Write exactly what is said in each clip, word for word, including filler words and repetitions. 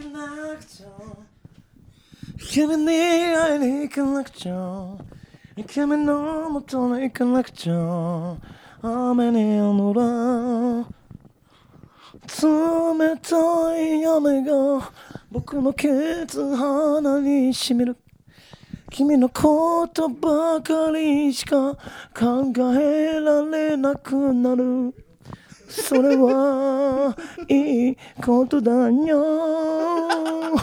なくちゃ君に会いに行かなくちゃ君の元に行かなくちゃ雨に濡ら冷たい雨が僕のケツ鼻にしみる君のことばかりしか考えられなくなるそれはいいことだよ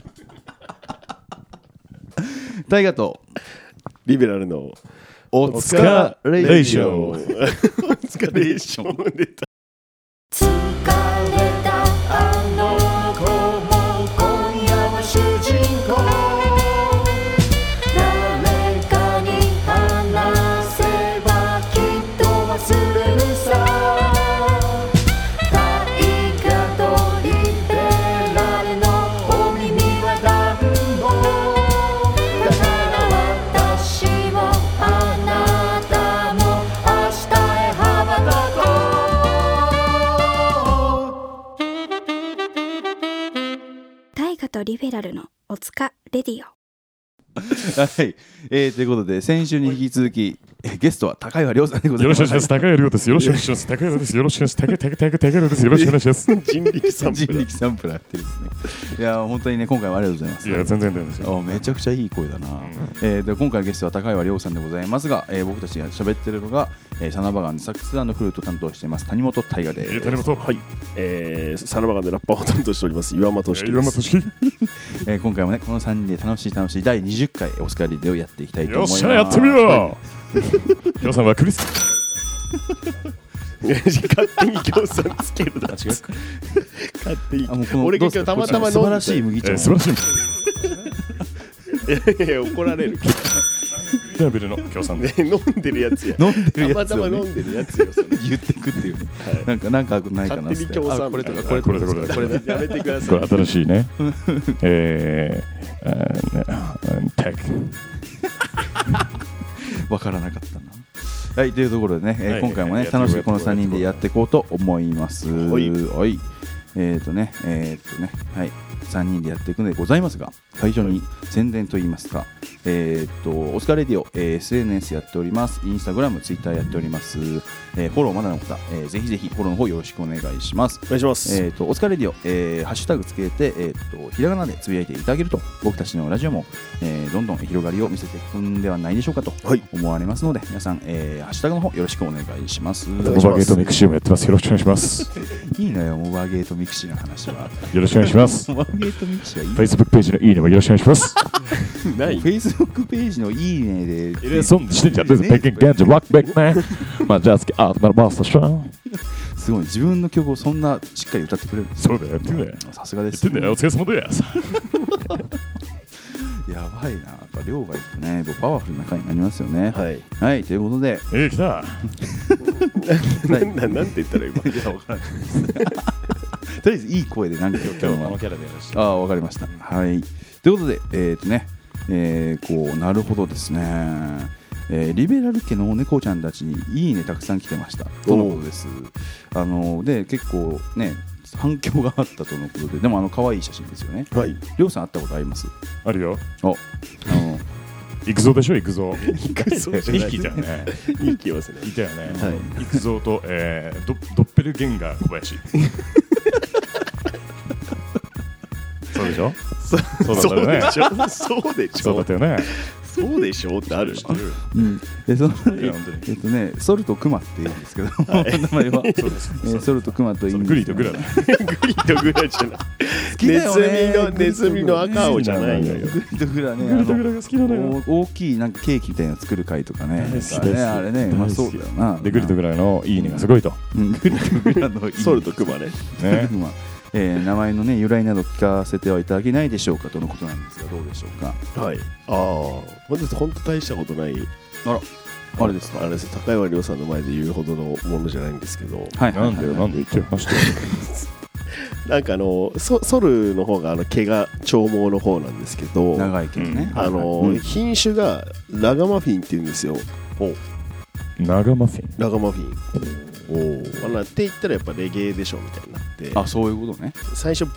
大河とリベラルのおつかレーションお疲れーション出た疲れたあの子も今夜は主人公誰かに話せばきっと忘れるさ大河とリベラルのお耳は暖房だから私もあなたも明日へ羽ばたこう大河とリベラルのおつかレディオはい、えー、ということで先週に引き続きゲストは高岩亮さんでございます。 よろしくお願いします。高岩亮です。よろしくお願いします。高岩です。よろしくお願いします。高高高高岩です。よろしくお願いします。 人力サンプル人力サンプラーってですね。いや本当にね今回はありがとうございます。 いや全然全然ですよ。 めちゃくちゃいい声だな。うんえー、で今回のゲストは高岩亮さんでございますが、えー、僕たちが喋ってるのが、えー、サナバガンでサックス&フルート担当しています谷本大河です。 えー、谷本はい、えー、サナバガンでラッパーを担当しております岩間俊樹です。 岩間俊樹。 えー、今回もねこのさんにんで楽しい楽しいだいにじゅっかいオスカーリデーをやっていきたいと思います。 よっしゃやってみよう。皆さんはクリス勝手に協賛つけるな。違う勝手に俺が今日たまたま飲んで素晴らしい麦茶、 えー、素晴らしいいやいや怒られるデビルの協賛で飲んでるやつや飲んでるやつを、ね、 たまたま飲んでるやつよそれ言ってくっていうね、 はい、 なんかなんかないかな勝手に協賛これとかこれとかこれとかこれとかやめてください。 これ新しいねえーテックわからなかったな。はいというところでね、えーはい、 今回もね楽しくこのさんにんでやっていこうと思います。 はいはいえーとねえーとねはいさんにんでやっていくのでございますが最初に宣伝といいますか、えー、とオスカーレディオ、えー、エスエヌエス やっております。インスタグラム、ツイッターやっております。えー、フォローまだの方、えー、ぜひぜひフォローの方よろしくお願いします。 お願いします。 えー、とオスカーレディオ、えー、ハッシュタグつけて、えー、とひらがなでつぶやいていただけると僕たちのラジオも、えー、どんどん広がりを見せていくんではないでしょうかと思われますので、皆さん、えー、ハッシュタグの方よろしくお願いします。 モバゲートミクシーもやってます。よろしくお願いしますいいのよモバゲートミクシーの話はよろしくお願いしますモバゲートミクシーはいい。 Facebook ページのいいねもよろしくお願いしますないフェイスブックページのいいねでえー、そんしてんじゃん。ペッケンゲンジワックベックねまあじゃあ次あまあマスターシャンすごい自分の曲をそんなしっかり歌ってくれる。 そうだよやってんだよさすがです。 やってんだよお疲れ様ですやばいなやっぱ量がいいとねパワフルな回になりますよね。 はいはい、ということでえー、来たな, な, なんて言ったら今いやわからないですとりあえずいい声で何か今日はのキャラでやらしてああわかりました。はいということでえっ、ー、とねえー、こうなるほどですね、えー、リベラル家の猫ちゃんたちにいいねたくさん来てましたとのことです。あので結構ね反響があったとのことででもあの可愛い写真ですよね。 はいりょうさん会ったことあります？ あるよ。 ああの行くぞでしょ行くぞ行くぞじゃないにひきだよねにひきいますね。 いたよね、 はい行くぞと、えー、ド, ドッペルゲンガー小林そうでしょそうだったよねそうでしょそうでしょそうだったよねそうでしょってあるしうんでそのいや本当にえっとねソルトクマって言うんですけど名前はそうですえーソルトクマと言うんグですけどリとグラだグリとグラじゃない好きだよねネズミのネズミの赤青じゃないのよ。 グリとグラねグリとグラが好きなのよあの大きいなんかケーキみたいなの作る会とかね大好きなんかね大好きあれねうまそうだよな。 でグリとグラのいいねがすごいとうんグリとグラのいいソルトクマね。 ねクマえー、名前のね由来など聞かせてはいただけないでしょうかとのことなんですがどうでしょうか。 はい。ああ、本当本当大したことない。 あらあれですか。 あれです。高岩亮さんの前で言うほどのものじゃないんですけど、 はいなんでよなんで言ってましたよなんかあのソソルの方があの毛が長毛の方なんですけど、 長いけどね、 うんあの、 うん品種がラガマフィンって言うんですよ。 長マフィンラガマフィン。おお。って言ったらやっぱレゲエでしょみたいになって。 あそういうことね。 最初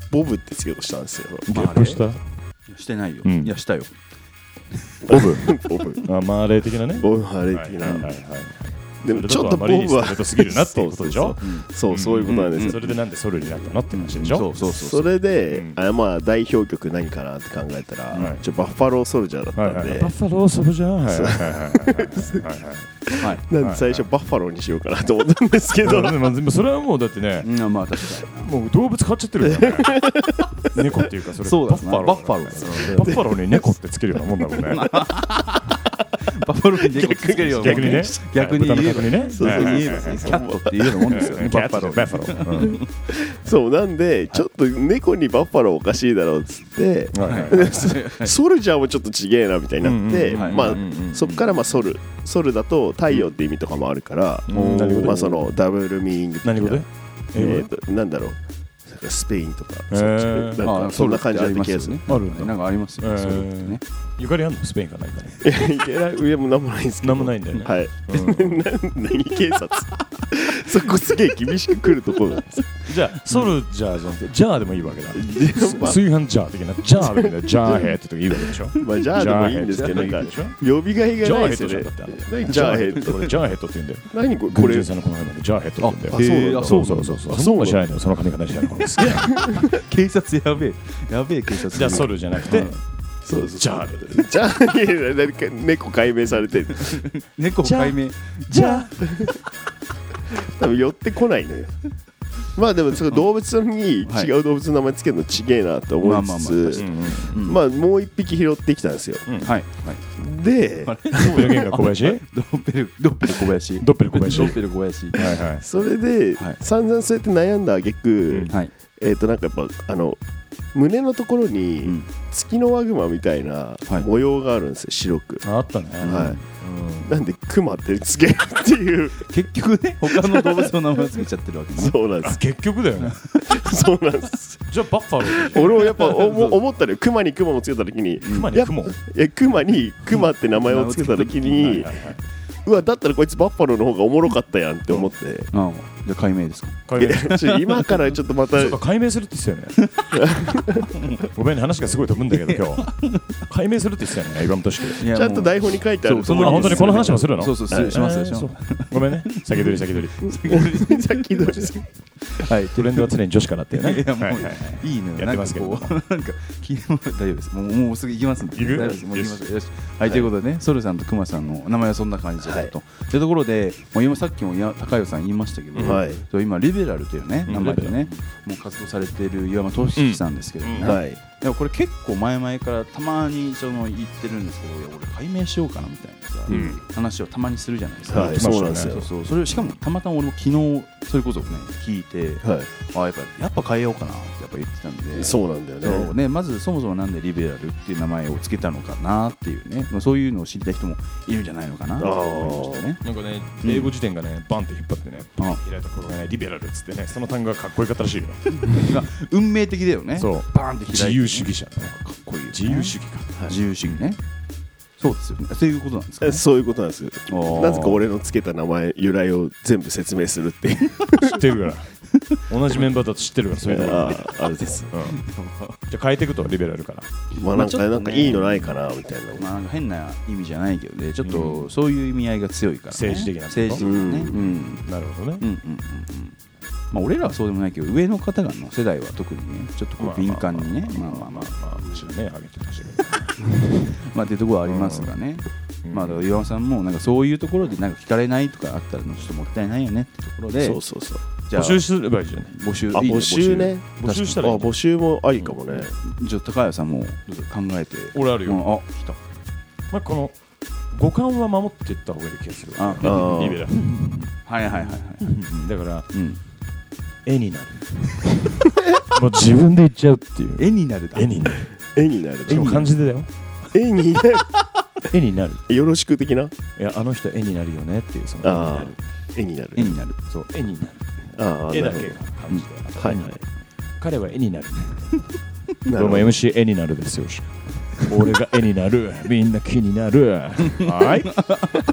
ボブってつけようとしたんですよ。 ゲップしたしてないよ、 うんいやしたよボブボブあマーレー的なねボブハレ的な、 はいはいはいでもちょっとボブはストレートすぎるなっていうことでしょそうそういうことなんですよ。 それでなんでソルになったのって話でしょそうそうそうそれで、 うんあまあ代表曲何かなって考えたら、 はいちょバッファローソルジャーだったんで、 はいはいバッファローソルジャーはいはいはいはいはいはいなんで最初バッファローにしようかなと思ったんですけど、 はいまあでもそれはもうだってねうんまあ確かにもう動物変わっちゃってるからね猫っていうかそれそうだなバッファローバッファローーバッファローに猫ってつけるようなもんだもんねバッファローに猫つけるような逆にね逆に言えば豚の角にねそうそう言えばキャットっていうようなもんですよねキャッバッファロートバッファローうんそうなんでちょっと猫にバッファローおかしいだろうっつって、 はいはいはいソルジャーもちょっとちげえなみたいになって、 うんうんうんまあ、 うんうんうんそっからまあソルソルだと太陽って意味とかもあるから、 うん何語でまあそのダブルミーニング的な何語で英語えでーとなんだろうスペインとか、 へーそっちなんかそんな感じだった気がする。 あるんだなんかありますよねそういうのねゆかりあんのスペインかないかねいけない上もなんもないんですけど。 なんもないんだよねはい。 うんな何警察そこすげえ厳しく来るところなんです。 じゃあソルジャーじゃなくてジャーでもいいわけだまあ炊飯ジャー的なジャーでもいいんだよジャーヘッドとかいいわけでしょまあジャーでもいいんですけど、なんかジャーヘッドでしょ呼びがいジャがないーヘッドじゃんですよねだってあれ。 何ジャーヘッドこれジャーヘッドって言うんだよ何これこれ軍人さんのこの辺までジャーヘッドって言うんだよあそうなんだへーそうそうそうそうそんなの知らないのよその髪型知らないのすげえ警察やべえやべえ警察じゃあソルじゃなくてそうそうジャーでじゃあいや何か猫解明されてる。 猫解明じゃあ多分寄ってこないのよ。まあでもその動物にはい違う動物の名前つけるのちげえなと思いつつ、 うんまあもう一匹拾ってきたんですよ。 はいはいであれドッペルゲンガー小林はいドッペルドッペル小林ドッペル小林ドッペル小林はいそれではい散々そうやって悩んだ挙句、 はいえっとなんかやっぱあの胸のところうにん月のワグマみたいなはい模様があるんですよ、白く。 あったねはいなんでクマってつけるっていう結局ね他の動物の名前をつけちゃってるわけねそうなんですあ結局だよねそうなんですじゃあバッファロー俺もやっぱ思思ったのよ。クマにクマもつけた時にクマにクモいやクマにクマって名前をつけた時にはいはいはいうわだったらこいつバッファローの方がおもろかったやんって思ってああじゃあ解明ですか解明いやちょ今からちょっとまたそうか解明するって言ってたよねごめんね話がすごい飛ぶんだけど今日解明するって言ってたよね岩本俊樹いやちゃんと台本に書いてあるそう通りあ本当にこの話もするのそうそうすはいしますよえーそしまうごめんね先取り先取りさっきのですすはいトレンドは常に女子からっていうねいやもうはいはいはいいいのよやってますけどなんかこうなんか聞いても大丈夫ですもうもうすぐ行きますんで行く大丈夫ですもう行きますよしよしはいということでねソルさんとクマさんの名前はそんな感じだとというところでもう今さっきもや高代さん言いましたけどはいそう今リベラルというねうん名前でねリベラもう活動されている岩間俊樹さんですけどねうんはいでもこれ結構前々からたまにその言ってるんですけどいや俺解明しようかなみたいなさ、 うん話をたまにするじゃないですか、 はい来ましたねそうなんですよそうそうそれをしかもたまたま俺も昨日それこそね聞いてはあやっぱやっぱ変えようかなってやっぱ言ってたんでいそうなんだよそうねねまずそもそもなんでリベラルっていう名前をつけたのかなっていうねまあそういうのを知りたい人もいるんじゃないのかなと思いましたねなんかねうん英語辞典がねバンって引っ張ってねあ開いた頃がねリベラルっつってねその単語がかっこよかったらしいよまあ運命的だよねそうバーンって開いてね自由主義者ねかっこいいよね自由主義か自由主義ねそうですよねそういうことなんですかねえそういうことなんですよあーなぜか俺のつけた名前由来を全部説明するっていう知ってるから同じメンバーだと知ってるからそういうのがあーあれですうんじゃあ変えていくとリベラルからまあなんかなんかいいのないかなみたいなまあなんか変な意味じゃないけどねちょっとそういう意味合いが強いからね政治的なこと政治的なねうんうんなるほどねうんうんうんうんまあ俺らはそうでもないけど上の方がの世代は特にねちょっとこう敏感にねまあまあまあまあむしろね上げてほしいまあっていうところはありますがねまあだから岩尾さんもなんかそういうところでなんか聞かれないとかあったらちょっともったいないよねってところでそうそうそうじゃあ募集すればいいじゃない募集あいいね募集ね募集したらいいあ募集もありかもねじゃあ高谷さんもどうぞ考えて俺あるようんあ来たまあこの五感は守っていった方がいい気がするああーリベラルはいはいはいはいだからうん絵になるもう自分で言っちゃうっていう絵になるだ絵になる絵になるしかも漢字でだよ絵になる絵になるよろしく的ないやあの人絵になるよねっていうそのああ絵になる絵になるそう絵になるああ絵だけなるが漢字でほどはいはい彼は絵になるなるほどどうも エムシー 絵になるですよ俺が絵になるみんな気になるはい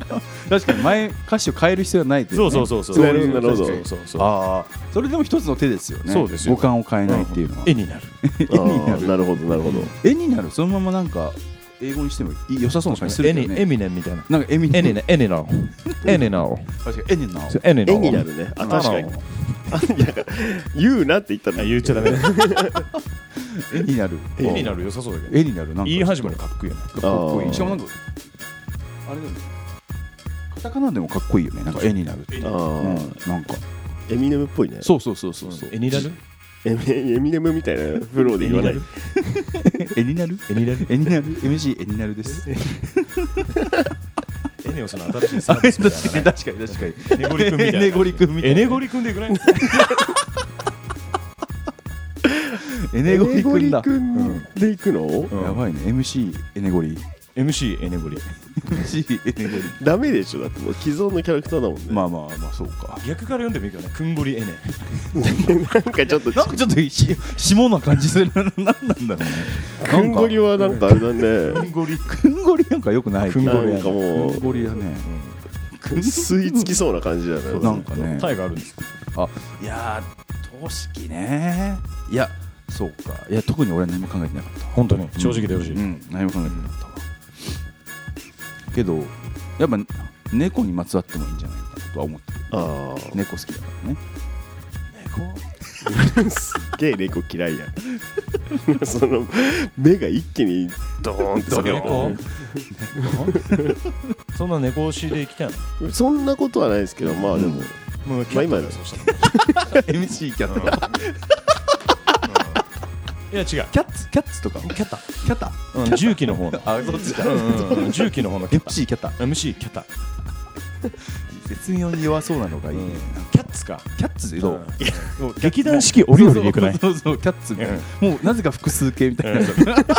確かに前歌詞を変える必要はないっていうね。 そうそうそうそう。 なるほどなるほどそうそうそう。 ああ、それでも一つの手ですよね。 そうですよ五感を変えないっていうのは。 絵になる。 絵になる。 あーなるほどなるほど。 絵になる。そのままなんか英語にしても良さそうな感じする絵けどね。 にエミネムみたいな。 なんか絵に絵にな絵になる。絵になる。 確かに絵になる。 絵になる。 絵になるね。あ、確かに。いや言うなって言ったら言っちゃダメ。 絵になる。 絵になる良さそうだけど。 絵になる。なんか言い始めるかっこいいよね。 かっこいあーい。しかもなんかあれだよね。カタカナでもかっこいいよね。なんか絵になるって。 あうん、 ーなんかエミネムっぽいね。 そうそうそうそうそう。 絵になる。 エミエミネムみたいなフローで言わない。 絵になる。 絵になる。 絵になる。エムシー 絵になるです。 エネオスの新しいサあービスみ確たいなかにね。 確かに確かに。 エネゴリ君みたいな。 エネゴリ君みたいな。 エネゴリ君でいくない？ エネゴリ君だ。 君で行くの？ うんやばいね。エムシー エネゴリ。 エムシー エネゴリ。 エムシー エネゴリ。 ダメでしょ。だってもう既存のキャラクターだもんね。 まあまあまあそうか。 逆から読んでもいいけどね。クンゴリエネ。 なんかちょっとなんかちょっとし下な感じする。なんなんだろうね。 クンゴリはなんかあれだね。 クンゴリ。 クンゴリなんか良くない。 クンゴリなんかもクンゴリはね。 う吸い付きそうな感じだね。 なんかね。 タイがあるんですか。 あいやー投資ね。いやそうか。いや特に俺は何も考えてなかった。 本当に正直でよろしい。 うん何も考えてなかったわ。けどやっぱ猫にまつわってもいいんじゃないかなとは思ってる。 ああ。 猫好きだからね。 すっげえ猫嫌いやん。その目が一気にドーンって下げ猫る。 そんな猫推しで行きたいの？ そんなことはないですけど、まあでも、 もうまあ今そうしたらエムシー キャット。 いや違う。 キャッツキャッツとか。 キャタ。 キャタ。 うん重機の方の。 あそっちだ。 うんうんうん重機の方のキャエムシー キャタ。 タ。エムシー キャタ。 絶妙に弱そうなのがいいね。 キャッツか。 キャッツでどう？ もう劇団四季折々で行くない？ そうそうそうキャッツ。もうなぜか複数形みたいな。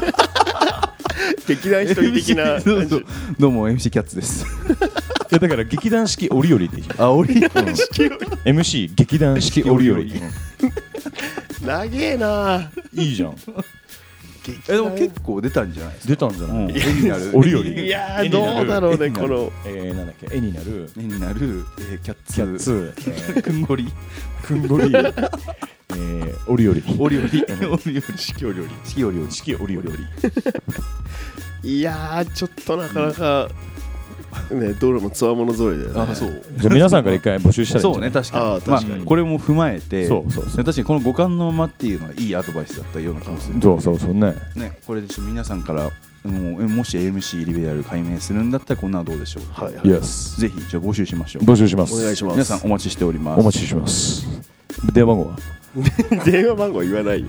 劇団一人的なそうそう感じ。 どうも エムシー キャッツです。 いやだから劇団四季折々でいい。 あ折り。 エムシー 劇団四季折々。 長えな。 いいじゃん。 えでも結構出たんじゃないですか。 出たんじゃない？ うん絵になる。 折々 いやーどうだろうね絵になるこの。 えーなんだっけ絵になる絵になるえーキャッツ。 キャッツ、えーくんごり。 くんごり、えー折々 折り折り。折り折り。四季折々。四季折々。 四季折々。 いやーちょっとなかなかねどれもつわものぞろいだよね。 あそう。 じゃあ皆さんから一回募集したらいいんそうねじゃない？ 確かに。 あー確かにまあこれも踏まえて。 そうそうそう確かにこの五感の間っていうのはいいアドバイスだったような気もする。 そうそうそうね。 ねこれでちょっと皆さんからもうもし エムシー リベラル解明するんだったらこんなのどうでしょうか。 はいはい。 Yes。 ぜひじゃあ募集しましょう。 募集します。 お願いします。 皆さんお待ちしております。 お待ちします。電話番号は？ 電話番号言わないよ。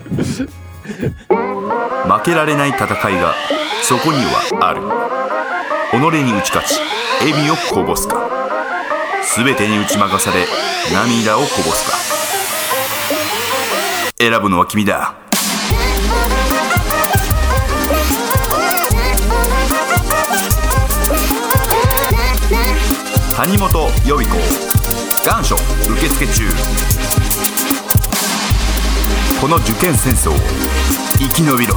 負けられない戦いがそこにはある。己に打ち勝ち笑みをこぼすか、全てに打ち負かされ涙をこぼすか。選ぶのは君だ。谷本予備校願書受付中。この受験戦争を生き延びろ。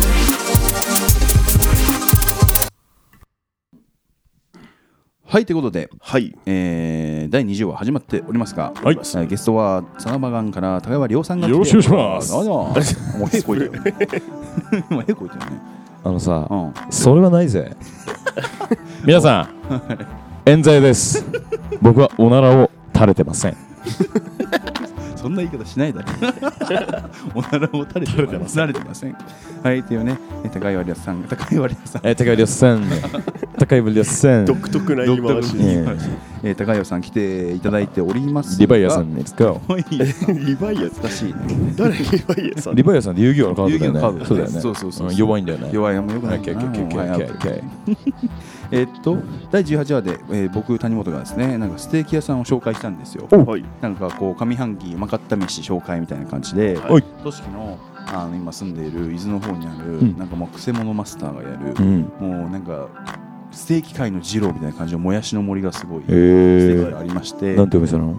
はいということで、 はい。 えー、だいにじゅう話始まっておりますが、 はいえーゲストはサナバガンから高山亮さんが来てよろしくお願いしますあらもうへこいてるもうへこいてるね。 あのさ、 うんそれはないぜ。皆さん、冤罪です。僕はおならを垂れてません。 そんな言い方しないだろ。おならを垂れてます。垂れてません。はいというね、えー高岩亮さん高岩亮さんえー、高井亮さん、高井亮さん、 独特な言い回し。 独特な言い回しえー高岩さん来ていただいておりますが。 リバイアさん、Let's go。 はいリバイア難しいね。 誰リバイアさん。 リバイアさんって遊戯王のカードだよね。 遊戯王のカードだねそうだよね。 そうそうそううん弱いんだよね。 弱いあんまよくないかな。 オッケーオッケーオッケーオッケーオッケーオッケー。 えーっとだいじゅうはちわで、えー僕谷本がですねなんかステーキ屋さんを紹介したんですよ。 はい。 なんかこう上半期うまかった飯紹介みたいな感じで、 おい。 都市のあの今住んでいる伊豆の方にある、 うんなんかもうくせ者マスターがやる、 うん。 もうなんかステーキ界の二郎みたいな感じのもやしの森がすごいえステーキーがありまして、 なんてお店なの？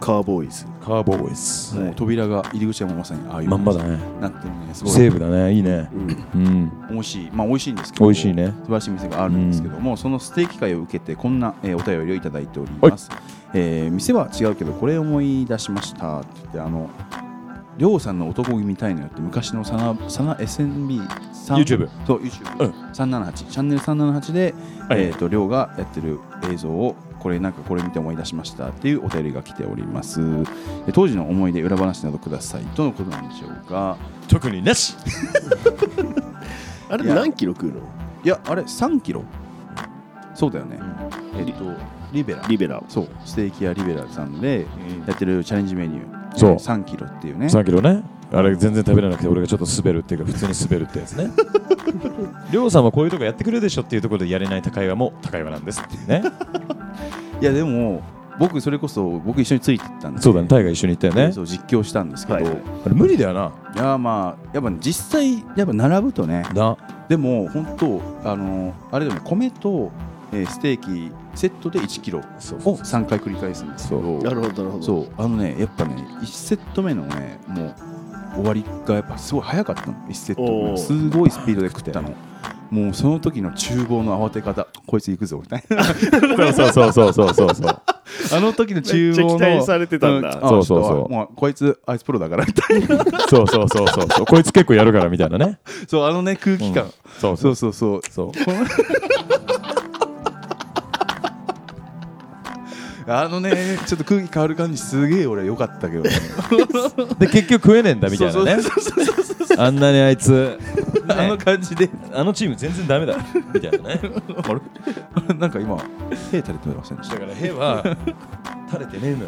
カーボーイズ。 カーボーイズ。 もう扉が入り口はもうまさにああいうまんまだね。 なってるね。すごい西武だね。いいね。 うんうん。 美味しい、まあ美味しいんですけど、 美味しいね。 素晴らしい店があるんですけども、そのステーキ会を受けてこんな、えー、お便りをいただいております。えー、店は違うけどこれ思い出しましたって言って、あのりょうさんの男気見たいのよって昔のサナサナ エスエヌビー さん YouTube そう YouTube、 うんさんななはちチャンネルさんななはちで、 はいえー、とりょうがやってる映像をこれなんかこれ見て思い出しましたっていうお便りが来ております。で当時の思い出裏話などくださいとのことなんでしょうか。 特になし。 あれいや何キロ食うの？ いやあれさんキロそうだよね、えっ、とリベラリベラ。 そうステーキ屋リベラさんでやってるチャレンジメニュー、 そうさんキロっていうね。 さんキロね。あれ全然食べれなくて俺がちょっと滑るっていうか普通に滑るってやつね。りょうさんはこういうとこやってくれるでしょっていうところでやれない高岩も高岩なんですっていうね。 いやでも僕それこそ僕一緒についてったんで、 そうだね。タイが一緒に行ったよね。 そう実況したんですけど、 はいい、 あれ無理だよな。 やまあやっぱ実際やっぱ並ぶとね、 な。 でも本当あのあれでも米と、えーステーキセットでいちキロをさんかい繰り返すんですけど、 なるほどなるほど。 そうあのねやっぱねいちセット目のねもう終わりがやっぱすごい早かったの。いちセットおー目すごいスピードで食ったの。もうその時の厨房の慌て方、こいつ行くぞみたいな。 そうそうそうそうそうそう。 あの時の厨房のめっちゃ期待されてたんだあそうそうそうちょっともうこいつあいつプロだからみたいな。 そうそうそうそうそう。こいつ結構やるからみたいなね。 そうあのね空気感、 そうそうそうそうそう。 このあのねちょっと空気変わる感じすげえ俺良かったけどね。 で結局食えねえんだみたいなね。あんなにあいつ、 あの感じであのチーム全然ダメだみたいなね。 あれなんか今手垂れてませんでした。 だから兵は垂れてねえのよ。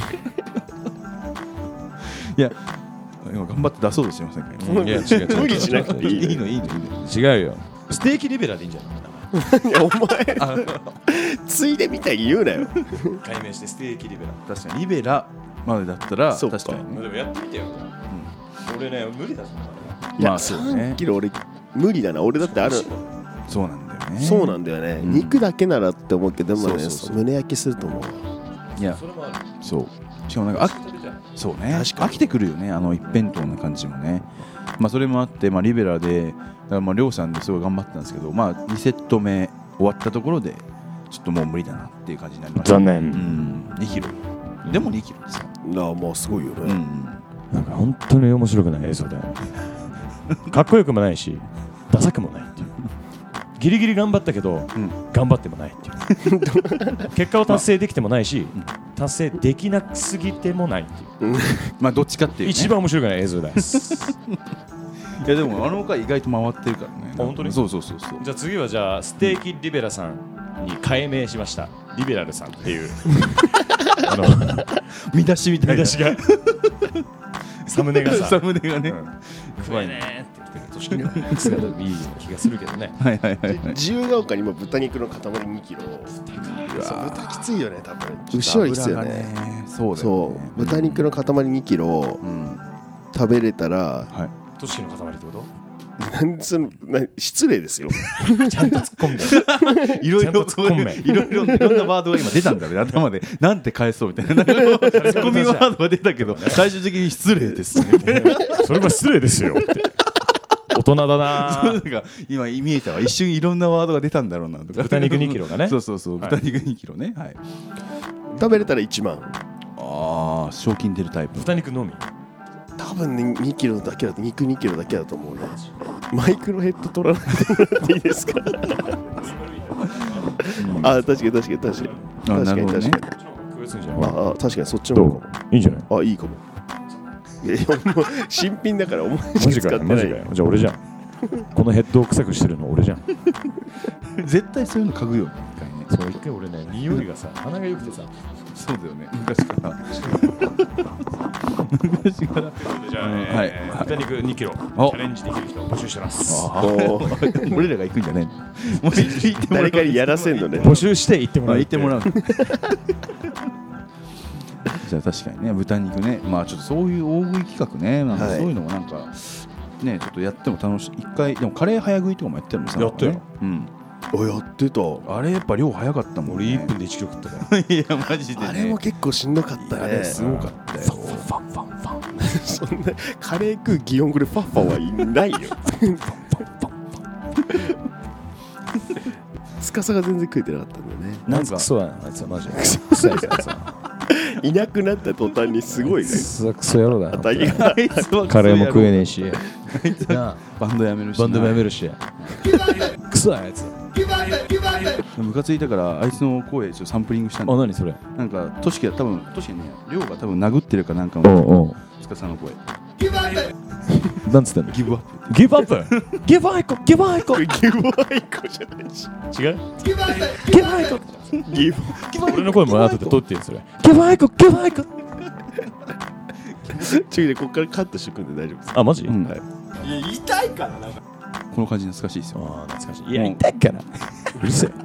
いや今頑張って出そうとしてませんか、ね、 いや違う違う。 無理しなくていいいいのいいのいいの。 違うよ。ステーキリベラでいいんじゃないいやお前ついでみたいに言うなよ。 解明してステーキリベラ。 確かにリベラまでだったらそうか確かにね。 でもやってみてよ。俺ね無理だぞ。 いや、 まあそうねさんキロ俺無理だな。俺だってある。 そうなんだよね。 そうなんだよね、 うん肉だけならって思うけどでもねそうそうそう胸焼けすると思うわ。 いやそれもある。 そうしかもなんかあそうね確かに飽きてくるよねあの一辺倒な感じもね。まあそれもあってまあリベラでだからまありょうさんですごい頑張ってたんですけどまあにセット目終わったところでちょっともう無理だなっていう感じになりました。 残念うんにキロでもにキロですよ。 なあまあすごいよね、 うんなんか本当に面白くない映像だよ。かっこよくもないし、ダサくもないっていう。ギリギリ頑張ったけど、 うん頑張ってもないっていう。結果を達成できてもないし、達成できなすぎてもないっていう。 まあどっちかっていうね。 一番面白くない映像です。 いやでもあの回意外と回ってるからね。 本当にそうそうそうそう。 じゃあ次はじゃあステーキリベラさんに改名しました。リベラルさんっていうあの見出しみたいな。 見出しがサムネがさサムネがね。 食えねーって言ってる年の姿でいい気がするけどね。 はいはいはいはい。 自由が丘にも豚肉の塊にキロ。そう豚きついよね多分。牛はきついよね。 そうだよね。 そう豚肉の塊にキロうん。 食べれたらはい。 都市の塊ってことなんつうのな失礼ですよ。 ちゃんと突っ込んでいろいろちゃんと突っ込めいろいろいろんなワードが今出たんだね頭でなんて返そうみたいななんかツッコミワードが出たけど最終的に失礼ですね。 それは失礼ですよって大人だなそうなんか今見えたわ一瞬いろんなワードが出たんだろうなとか。 豚肉にキロがねそうそうそうはい豚肉にキロねはい。 食べれたらいちまん。 ああ賞金出るタイプ。 豚肉のみ多分ねにキロだけだと肉にキロだけだと思うね。マイクロヘッド取らないでもらっていいですか。あ確かに確かに確かにあ確かなるほどねに確かに。 食えすんじゃないああ確かにそっちの方がいいかいいんじゃないも。あいいかも。いやいやもう新品だからお前マしジかよマか使ってないジかよじゃあ俺じゃんこのヘッドを臭くしてるの俺じゃん絶対そういうの嗅ぐよね一回ね。 そう一回俺ね匂いがさ鼻が良くてさそうだよね昔から昔からじゃあ、 うんえーはい豚肉にキロチおャレンジできる人を募集してますあー俺らが行くんじゃないの。もし聞いてもらう誰かにやらせんのね。 募集して行ってもらうあ行ってもらうじゃあ確かにね豚肉ねまあちょっとそういう大食い企画ねなんかはいそういうのもなんかねちょっとやっても楽しい一回でもカレー早食いとかもやってるもんさやってるなんかねうんあやってた。 あれやっぱ量早かったもんね。 俺いっぷんでいちキロ食ったからいやマジでね。 あれも結構しんどかったあれね。 すごかったよ。 ファンファンファンファンそんなカレー食う擬音語でファッファンはいないよ。司が全然食えてなかったんだよね。 なんかクソやなあいつはマジでクソやつあいつはいなくなった途端にすごいね。 クソクソ野郎だよ当たりがあいつはカレーも食えねえしなあバンドやめるしな。 バンドもやめるしクソやあいつムカついたからあいつの声ちょっとサンプリングしたんだよ。 あ何それなんかトシキは多分トシキね量が多分殴ってるかなんかおのうおう司の声。 なんつってんのギブアップ。 ギブアップギブアイコギブアイコ違うギブアイコじゃないし。 ギブアイコギブ俺の声も後で取ってよそれギブアイコギブアイコちょいでこっからカットしてくんで大丈夫ですか。 あマジうんはい。 この感じ懐かしいですよ。 ああ懐かしいいや痛いからうるせ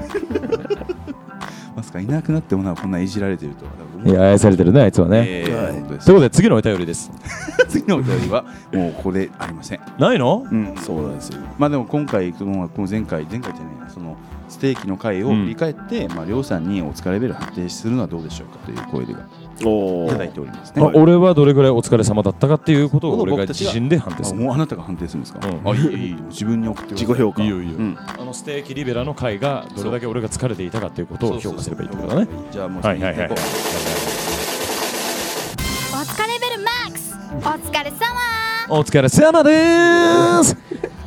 まさかいなくなってもなこんないじられてるとは多分えいや愛されてるねあいつはねえーはい本当ですということで次のお便りです次のお便りはもうここでありません。 ないのうん、 そうなんですよ。 まあでも今回このこの前回前回じゃないなそのステーキの回を振り返って、まありょうさんにお疲れレベル判定するのはどうでしょうかという声がおいただいておりますね。 あ俺はどれぐらいお疲れ様だったかっていうことを俺が僕たちが自信で判定するあもうあなたが判定するんですか。 うんあいいいいいい自分に送ってください。 自己評価。 いいよいいようん。 あのステーキリベラの回がどれだけ俺が疲れていたかっていうことを評価すればいいってことだねじゃあもうはいはいはい行こうお疲れベルマックスお疲れ様お疲れ様でーす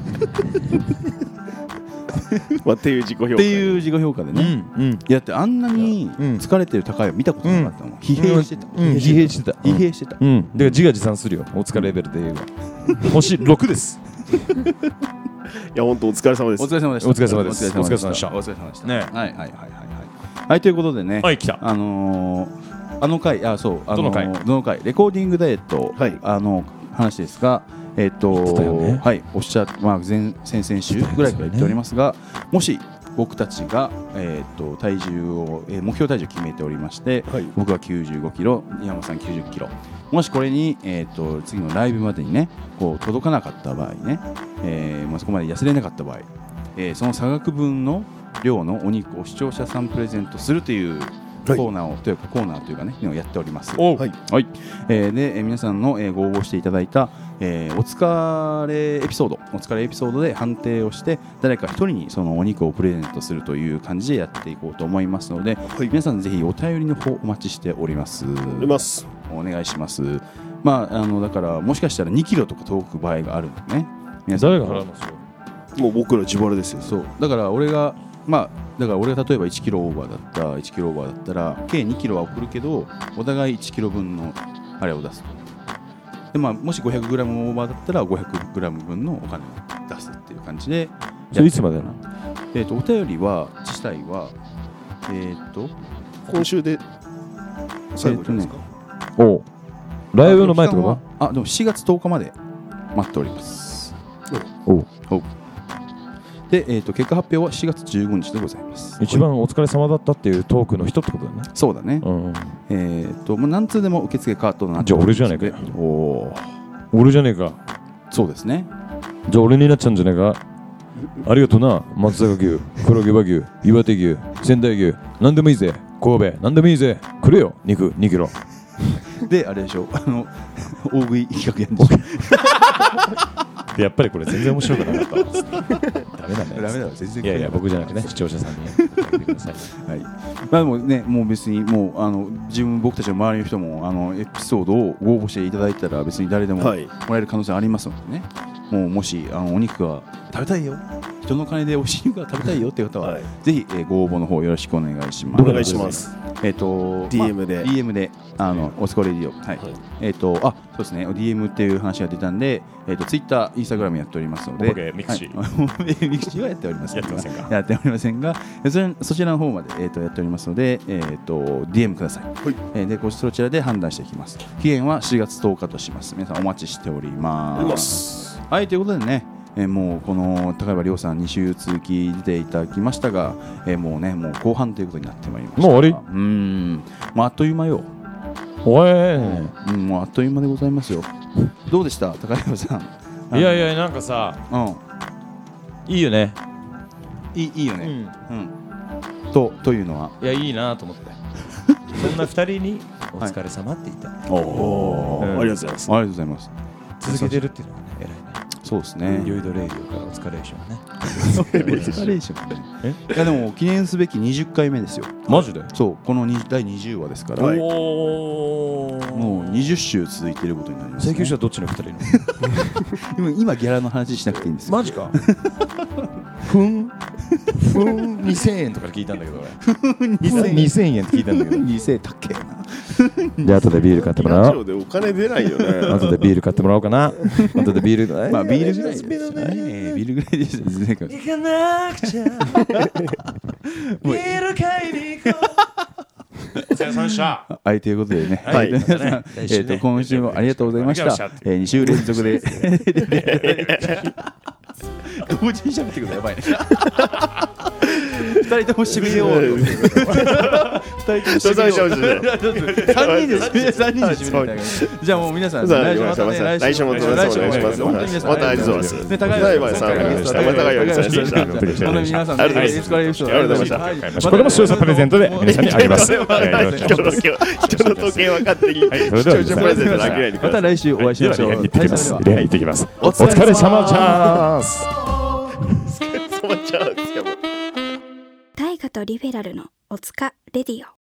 まあっていう自己評価。 っていう自己評価でね。 うんいやだってあんなにうん疲れてる高いを見たことなかったもん。疲弊してた。 うん疲弊してた疲弊してた。 うんだから自画自賛するよお疲れレベルで言えば星ろくですいや本当お疲れ様です。 お疲れ様でした。 お疲れ様ですお疲れ様でした。 お疲れ様でしたお疲れ様でした。 ねはいはいはいはいはい。はいということでね。 はい来たあのーあの回あそうあのーどの回どの回レコーディングダイエットはいあの話ですが。えっと言ってたよねはいおっしゃっまあ前先々週ぐらいから言っておりますが、もし僕たちがえっと体重をえー目標体重を決めておりまして、 はい僕はきゅうじゅうごキロ、山本さんきゅうじゅっキロ。もしこれにえっと次のライブまでにねこう届かなかった場合ね、えーまあそこまで痩せれなかった場合、えーその差額分の量のお肉を視聴者さんプレゼントするというコはいーナーをというかコーナーというかねのをやっております。 おうはい。 はい、えーで、えー皆さんの、えーご応募していただいた、えーお疲れエピソードお疲れエピソードで判定をして誰か一人にそのお肉をプレゼントするという感じでやっていこうと思いますので、 はい。 皆さんぜひお便りの方お待ちしております。 おります。 お願いします。まああのだからもしかしたらにキロとか遠く場合があるんでね。皆さん誰が払うのそれもう僕ら自腹ですよ。 そうだから俺がまあだから俺が例えばいちキロオーバーだったらいちキロオーバーだったら計にキロは送るけどお互いいちキロ分のあれを出すで、まあ、もし ごひゃくグラム オーバーだったら ごひゃくグラム 分のお金を出すっていう感じでそれいつまでなのえー、とお便りは自体はえっ、と今週で最後じゃないですか。 おうライブの前ってこあでもしがつとおかまで待っておりますおうおうで、えー、と結果発表はしがつじゅうごにちでございますと一番お疲れ様だったっていうトークの人ってことだねそうだね、 うんえっ、ともう何通でも受付カートになってじゃあ俺じゃねえかよおお俺じゃねえかそうですねじゃあ俺になっちゃうんじゃねえかありがとうな松阪牛黒毛和牛岩手牛仙台牛なんでもいいぜ神戸なんでもいいぜくれよ肉にキロであれでしょあの大食い企画やるんでしょでやっぱりこれ全然面白くなかったわダメだねダメだわ全然いやいや僕じゃなくてね視聴者さんにやってくださいはいまあでもねもう別にもうあの自分僕たちの周りの人もあのエピソードをご応募していただいたら別に誰でももらはい。 える可能性ありますのでね、もうもしあのお肉が食べたいよ人の金でおいしい肉が食べたいよっていう方は、 はいぜひ、えーご応募の方よろしくお願いします。 お願いします。 えっ、とディーエムでまあ ディーエム であのおスコレディオはい、 はいえっ、とあそうですね ディーエム っていう話が出たんでえっ、と Twitter、Instagram やっておりますので、 おまけミクシーはい、ミクシーはやっておりませんやってませんかやっておりませんがそちらそちらの方までえっ、とやっておりますのでえっ、と ディーエム ください。 はい。 えーでこそちらで判断していきます。期限はしがつとおかとします。皆さんお待ちしておりま。 ありますす。 はいということでね、えーもうこの高山亮さんに週続き出ていただきましたが、えーもうねもう後半ということになってまいりました。 もう終わうーん、まああっという間よ。 おいうん、もうあっという間でございますよ。どうでした高山さん。 いやいやなんかさうん。 いいよねいいいいよね、 うんうん、とというのはいやいいなと思ってそんなふたりにお疲れ様って言いたい、 おお、 うんありがとうございます。 ありがとうございます続けてるっていうのはね偉いねそうですねヨイドレイディオからお疲れーションねエスカレーションねいやでも記念すべきにじゅっかいめですよマジでそうこのにだいにじゅうわですから、 はいおーもうにじゅっ週続いてることになります、ね、 請求書はどっちのふたりの今今ギャラの話しなくていいんですよマジかふんふんにせんえんとかで聞いたんだけど俺にせんえんって聞いたんだけどにせい高えなじゃあ後でビール買ってもらおうラジオでお金出ないよね。 後でビール買ってもらおうかな後でビールまあビールぐらいですねビールぐらいですね行かなくちゃビール買いに行こお疲れ様でしたはいということでね、 はい皆さん、えー、と今週もありがとうございました。えー、に週連続で同時に喋ってくるのやばいね。二人とも締めよう。二人とも締めよう。三人で締め三人で締めて。じゃあもう皆さん来週またね来週もお願いします。 本当に皆さんまたありがとうございます。 ね高はいはいさんありがとうございました。また高いよりさんでした。 あの皆さんありがとうございますエスカレーションありがとうございましたこれも視聴者プレゼントで皆さんにあげます人の時計人の時計は勝手にそれでは視聴者プレゼントであげないでください。 また来週お会いしましょう。 行ってきますはい行ってきますお疲れ様チャンスそうちゃうんですよ。 大河とリベラルのおつかレディオ。